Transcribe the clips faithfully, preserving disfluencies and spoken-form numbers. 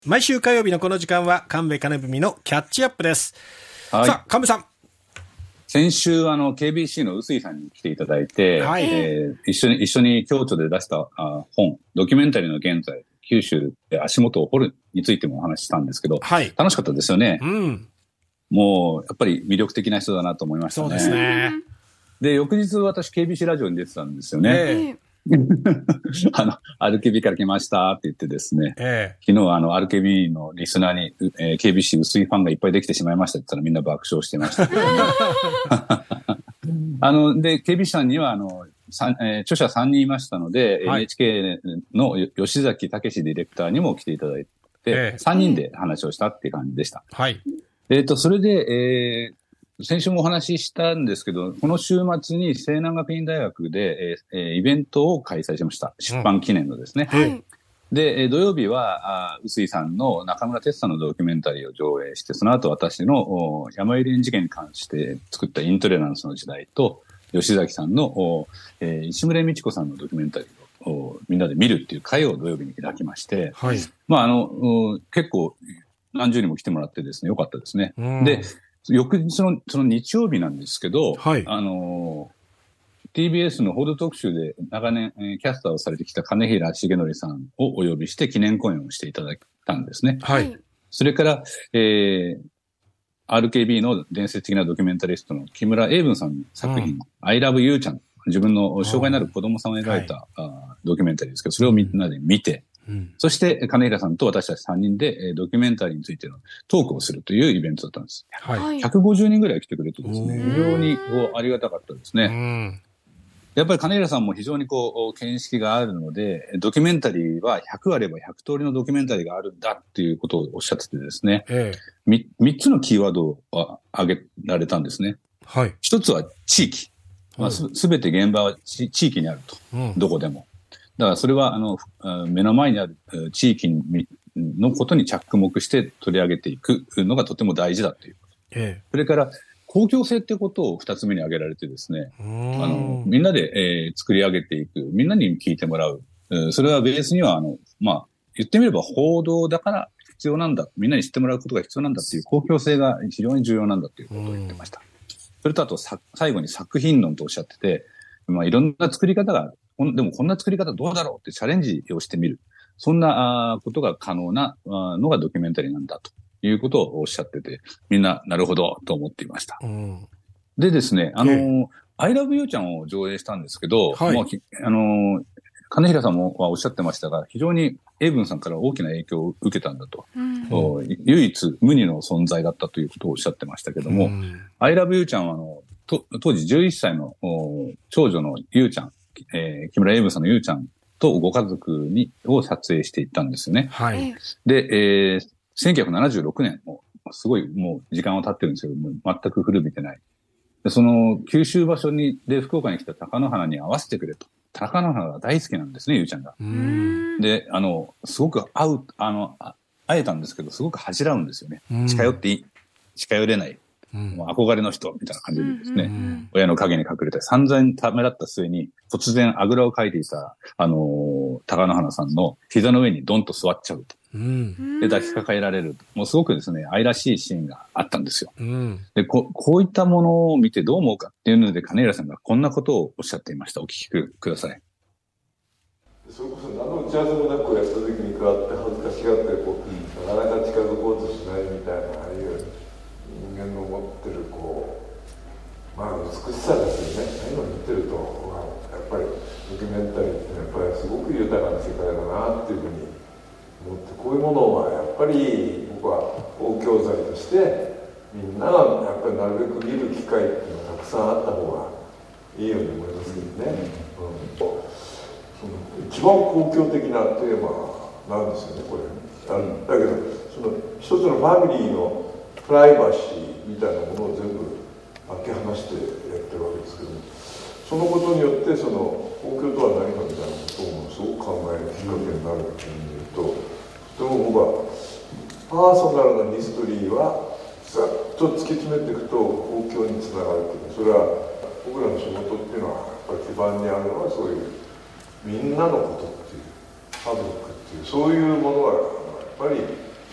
毎週火曜日のこの時間は神戸金文のキャッチアップです。 はい、 さあ神戸さん、 先週あの ケービーシー の臼井さんに来ていただいて、はい、えー、一緒に一緒に京都で出したあ本ドキュメンタリーの現在九州で足元を掘るについてもお話ししたんですけど、はい、楽しかったですよね。うん、もうやっぱり魅力的な人だなと思いましたね。 そうですね。 で翌日私 ケービーシー ラジオに出てたんですよね。えーあの、アールケービー から来ましたって言ってですね、ええ、昨日あの、アールケービー のリスナーに、えー、ケービーシー 薄いファンがいっぱいできてしまいましたって言ったらみんな爆笑してました。あの、で、ケービーシー さんにはあの、えー、著者さんにんいましたので、はい、エヌエイチケー の吉崎武ディレクターにも来ていただいて、ええ、さんにんで話をしたっていう感じでした。はい。えっと、それで、えー先週もお話ししたんですけど、この週末に西南学院大学で、えー、イベントを開催しました。出版記念のですね。うん、はい。で、土曜日は、臼井さんの中村哲さんのドキュメンタリーを上映して、その後私の山入り事件に関して作ったイントレランスの時代と、吉崎さんの、えー、石村美智子さんのドキュメンタリーをみんなで見るっていう会を土曜日に開きまして、はい。まあ、あの、結構何十人も来てもらってですね、よかったですね。うん、で、翌日の、その日曜日なんですけど、はい、あの、ティービーエス の報道特集で長年、えー、キャスターをされてきた金平重則さんをお呼びして記念講演をしていただいたんですね。はい。それから、えー、アールケービー の伝説的なドキュメンタリストの木村英文さんの作品、うん、I love you ちゃん、自分の障害のある子供さんを描いた、はい、あドキュメンタリーですけど、それをみんなで見て、うん、そして、金平さんと私たちさんにんで、ドキュメンタリーについてのトークをするというイベントだったんです。はい。ひゃくごじゅうにんぐらい来てくれてですね、非常にこうありがたかったですね。うん、やっぱり金平さんも非常にこう、見識があるので、ドキュメンタリーはひゃくあればひゃく通りのドキュメンタリーがあるんだっていうことをおっしゃっててですね、ええ、みっつのキーワードを挙げられたんですね。はい。ひとつは地域。まあ、す、すべて現場は地域にあると。うん、どこでも。だからそれはあの目の前にある地域のことに着目して取り上げていくのがとても大事だということ。ええ、それから公共性ってことを二つ目に挙げられてですね、あのみんなで、えー、作り上げていく、みんなに聞いてもらう。それはベースにはあのまあ言ってみれば報道だから必要なんだ、みんなに知ってもらうことが必要なんだっていう公共性が非常に重要なんだということを言ってました。それとあとさ最後に作品論とおっしゃってて、まあいろんな作り方がでもこんな作り方どうだろうってチャレンジをしてみる。そんなことが可能なのがドキュメンタリーなんだということをおっしゃってて、みんななるほどと思っていました。うん、でですね、あの、えー、I love you ちゃんを上映したんですけど、はい、もうあの、金平さんもおっしゃってましたが、非常に英文さんから大きな影響を受けたんだと。うん、唯一無二の存在だったということをおっしゃってましたけども、うん、I love you ちゃんはあのと当時じゅういっさいの長女のゆうちゃん、えー、木村英文さんのゆうちゃんとご家族にを撮影していったんですよね。はい。で、えー、せんきゅうひゃくななじゅうろくねん、もうすごいもう時間は経ってるんですけども、全く古びてない。でその九州場所にで福岡に来た貴乃花に合わせてくれと。貴乃花が大好きなんですね、ゆうちゃんが。うんで、あのすごく会うあの会えたんですけど、すごく恥じらうんですよね。近寄っていい、近寄れない。うん、もう憧れの人みたいな感じでですね、うんうん、親の影に隠れて散々ためらった末に突然あぐらをかいていた、あのー、貴乃花さんの膝の上にドンと座っちゃうと。うん、で、抱きかかえられる。もうすごくですね、愛らしいシーンがあったんですよ。うん、でこ、こういったものを見てどう思うかっていうので、金平さんがこんなことをおっしゃっていました。お聞きください。 それこそ何の打ち合わせもなくこうやった時にこうやって恥ずかしがってこう、うん、なかなか近づこうとしないみたいな、ああいう人間の持ってるこうまあ美しさですよね。ああいうのを見てると、まあ、やっぱりドキュメンタリーってやっぱりすごく豊かな世界だなっていうふうに思って、こういうものはやっぱり僕は公共財としてみんながやっぱりなるべく見る機会っていうのがたくさんあった方がいいように思いますけどね。うんうん、その一番公共的なテーマなんですよね、これ。あのだけどその一つのファミリーのプライバシーみたいなものを全部開け放してやってるわけですけども、そのことによってその公共とは何かみたいなことをすごく考えるきっかけになるという意味で言うと、とても僕はパーソナルなヒストリーはずっと突き詰めていくと公共につながるという、それは僕らの仕事っていうのはやっぱり基盤にあるのはそういうみんなのことっていうパブリックっていうそういうものはやっぱり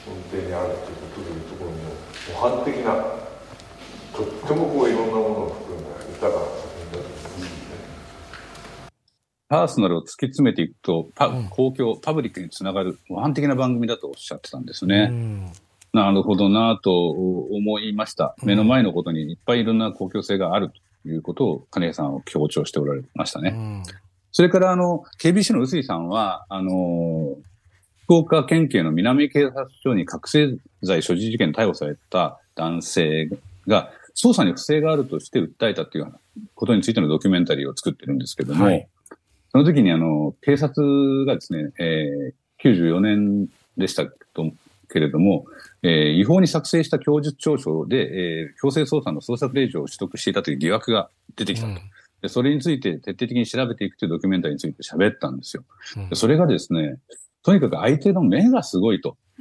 根底にあるというところの模範的なとってもこういろんなものを含んだ豊かな作品だと思いますね。 パーソナルを突き詰めていくとパ、うん、公共パブリックにつながる模範的な番組だとおっしゃってたんですね、うん、なるほどなと思いました。目の前のことにいっぱいいろんな公共性があるということを金谷さんは強調しておられましたね、うん、それからあの ケービーシー の臼井さんはあの福岡県警の南警察署に覚醒剤所持事件で逮捕された男性が捜査に不正があるとして訴えたというようなことについてのドキュメンタリーを作ってるんですけども、はい、その時にあの警察がですね、えー、きゅうじゅうよねんでしたけれども、えー、違法に作成した供述調書で、えー、強制捜査の捜索令状を取得していたという疑惑が出てきたと、うん、でそれについて徹底的に調べていくというドキュメンタリーについて喋ったんですよ、うん、でそれがですねとにかく相手の目がすごいと、うん、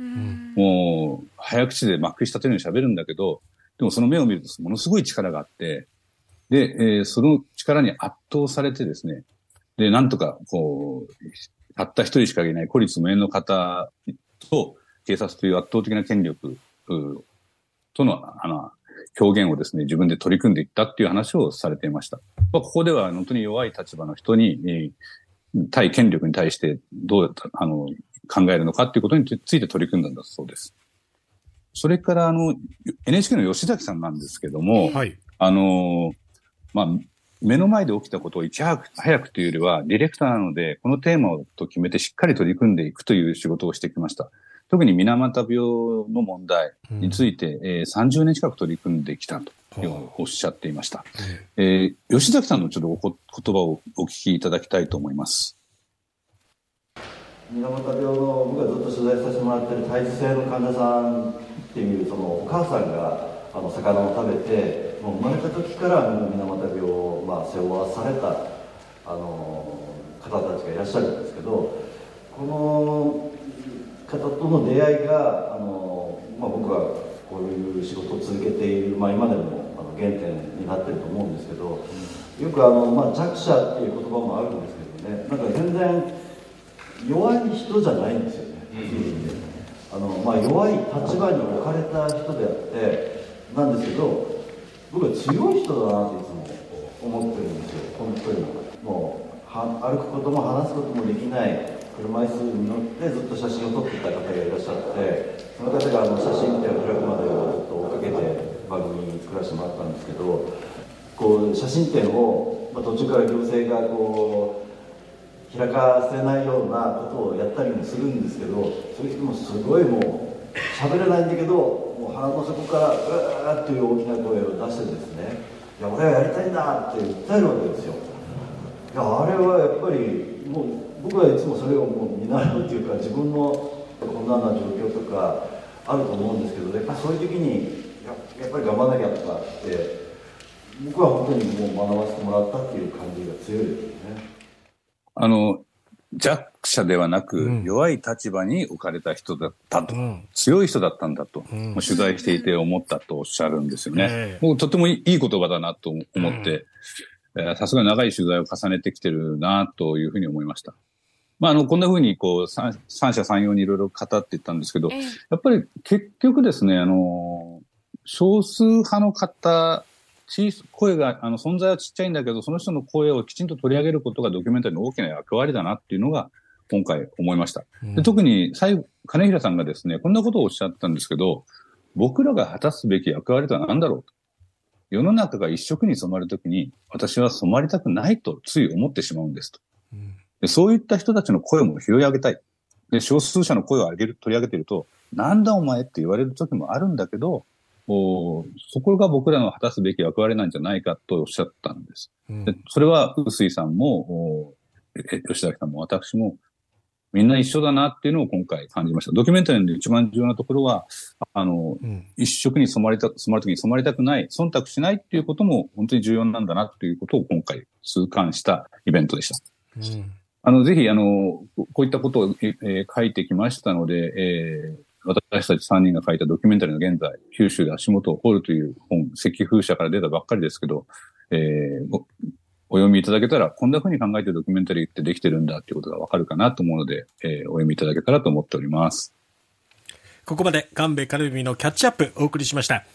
もう早口でまくし立てるように喋るんだけど、でもその目を見るとものすごい力があって、で、えー、その力に圧倒されてですね、で、なんとかこう、たった一人しかいない孤立無援の方と警察という圧倒的な権力との、あの、表現をですね、自分で取り組んでいったっていう話をされていました。まあ、ここでは本当に弱い立場の人に、えー対権力に対してどうあの考えるのかっていうことについて取り組んだんだそうです。それからあの エヌエイチケー の吉崎さんなんですけども、はい、あのまあ目の前で起きたことをいち早く早くというよりはディレクターなのでこのテーマをと決めてしっかり取り組んでいくという仕事をしてきました。特に水俣病の問題について、うんえー、さんじゅうねん近く取り組んできたとおっしゃっていました、うんえー、吉崎さんのちょっとお言葉をお聞きいただきたいと思います。 水俣病の僕がずっと取材させてもらっている胎児性の患者さんっていうそのお母さんがあの魚を食べてもう生まれた時から水俣病を、まあ、背負わされたあの方たちがいらっしゃるんですけど、この方との出会いがあの、まあ、僕はこういう仕事を続けている、まあ、今でもあの原点になってると思うんですけど、うん、よくあの、まあ、弱者っていう言葉もあるんですけどね、なんか全然弱い人じゃないんですよね、うん、あの、まあ、弱い立場に置かれた人であってなんですけど、僕は強い人だなっていつも思ってるんですよ。本当にもうは歩くことも話すこともできない車椅子に乗ってずっと写真を撮っていた方がいらっしゃって、その方があの写真展を開くまでをずっと追っかけて番組に作らせてもらったんですけど、こう写真展を、まあ、途中から行政がこう開かせないようなことをやったりもするんですけど、それでもすごいもう喋れないんだけど、もう鼻の底からうわーっていう大きな声を出してですね、いや俺はやりたいんだって訴えるわけですよ。いやあれはやっぱりもう僕はいつもそれをもう見習うっていうか、自分の困難な状況とかあると思うんですけど、やっぱりそういう時に や, やっぱり頑張らなきゃとかって僕は本当にもう学ばせてもらったっていう感じが強いですよね。 あの弱者ではなく、うん、弱い立場に置かれた人だったと、うん、強い人だったんだと、うん、取材していて思ったとおっしゃるんですよね、うん、もうとてもいい言葉だなと思って、さすがに長い取材を重ねてきてるなというふうに思いました。まあ、あの、こんなふうに、こう、三者三様にいろいろ語っていったんですけど、やっぱり結局ですね、あの、少数派の方、声が、あの、存在はちっちゃいんだけど、その人の声をきちんと取り上げることがドキュメンタリーの大きな役割だなっていうのが、今回思いました。で、特に最後、金平さんがですね、こんなことをおっしゃったんですけど、僕らが果たすべき役割とは何だろうと。世の中が一色に染まるときに、私は染まりたくないとつい思ってしまうんですと。でそういった人たちの声も拾い上げたい。で、少数者の声を上げる、取り上げていると、なんだお前って言われる時もあるんだけど、おそこが僕らの果たすべき役割なんじゃないかとおっしゃったんです。うん、でそれは、臼井さんも、吉崎さんも私も、みんな一緒だなっていうのを今回感じました。ドキュメンタリーの一番重要なところは、あの、うん、一色に染まりた、染まるときに染まりたくない、忖度しないっていうことも本当に重要なんだなっていうことを今回痛感したイベントでした。うんあの、ぜひ、あの、こういったことを、えー、書いてきましたので、えー、私たちさんにんが書いたドキュメンタリーの現在、九州で足元を掘るという本、赤風社から出たばっかりですけど、えー、お、お読みいただけたら、こんな風に考えてドキュメンタリーってできてるんだっていうことがわかるかなと思うので、えー、お読みいただけたらと思っております。 ここまで神戸カルビのキャッチアップお送りしました。